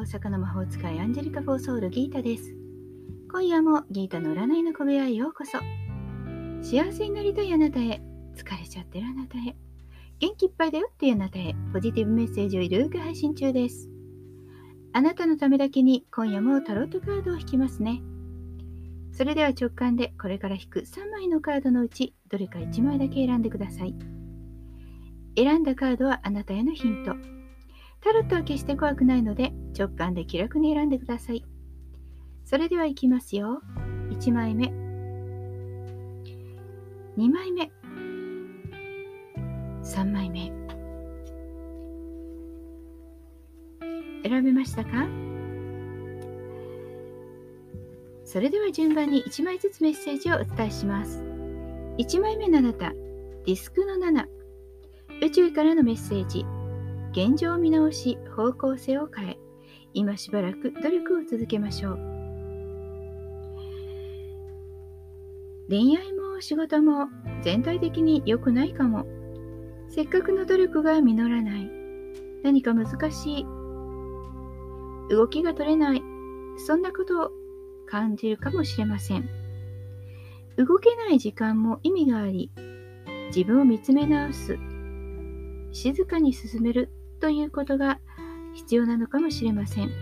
阪の魔法使いアンジェリカ・フォーソウルギータです。今夜もギータの占いの小部屋へようこそ。幸せになりたいあなたへ、疲れちゃってるあなたへ、元気いっぱいだよっていうあなたへ、ポジティブメッセージをゆるく配信中です。あなたのためだけに今夜もタロットカードを引きますね。それでは直感でこれから引く3枚のカードのうちどれか1枚だけ選んでください。選んだカードはあなたへのヒント。タロットは決して怖くないので直感で気楽に選んでください。それではいきますよ。1枚目、2枚目、3枚目。選べましたか？それでは順番に1枚ずつメッセージをお伝えします。1枚目のあなた、ディスクの7、宇宙からのメッセージ。現状を見直し、方向性を変え、今しばらく努力を続けましょう。恋愛も仕事も全体的に良くないかも。せっかくの努力が実らない。何か難しい。動きが取れない。そんなことを感じるかもしれません。動けない時間も意味があり、自分を見つめ直す。静かに進めるということが必要なのかもしれません。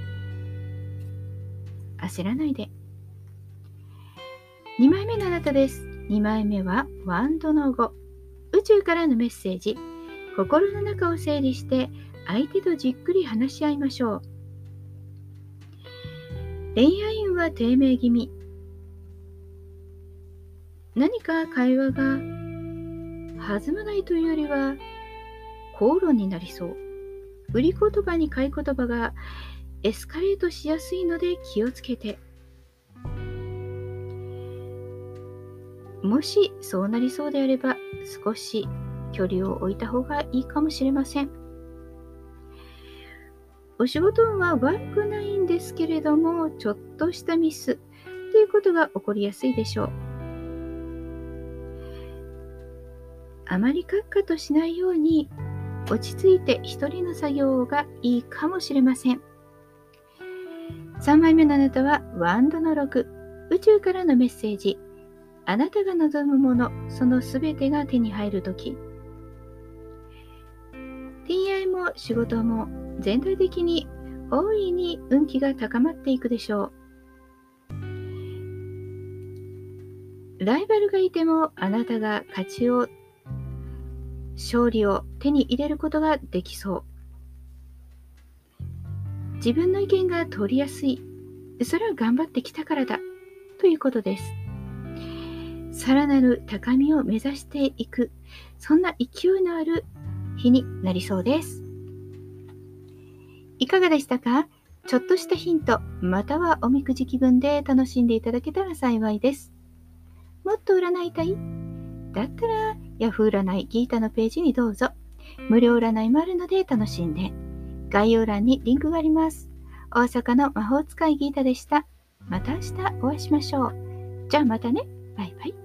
焦らないで。2枚目のあなたです。2枚目はワンドの5。宇宙からのメッセージ。心の中を整理して相手とじっくり話し合いましょう。恋愛運は低迷気味。何か会話が弾まないというよりは口論になりそう。売り言葉に買い言葉がエスカレートしやすいので気をつけて。もしそうなりそうであれば少し距離を置いた方がいいかもしれません。お仕事運は悪くないんですけれども、ちょっとしたミスということが起こりやすいでしょう。あまりカッカとしないように落ち着いて一人の作業がいいかもしれません。3枚目のあなたはワンドの6。宇宙からのメッセージ。あなたが望むもの、そのすべてが手に入るとき。恋愛も仕事も全体的に大いに運気が高まっていくでしょう。ライバルがいてもあなたが勝利を手に入れることができそう。自分の意見が通りやすい。それは頑張ってきたからだということです。さらなる高みを目指していく、そんな勢いのある日になりそうです。いかがでしたか？ちょっとしたヒント、またはおみくじ気分で楽しんでいただけたら幸いです。もっと占いたい？だったらヤフー占いギータのページにどうぞ。無料占いもあるので楽しんで。概要欄にリンクがあります。大阪の魔法使いギータでした。また明日お会いしましょう。じゃあまたね。バイバイ。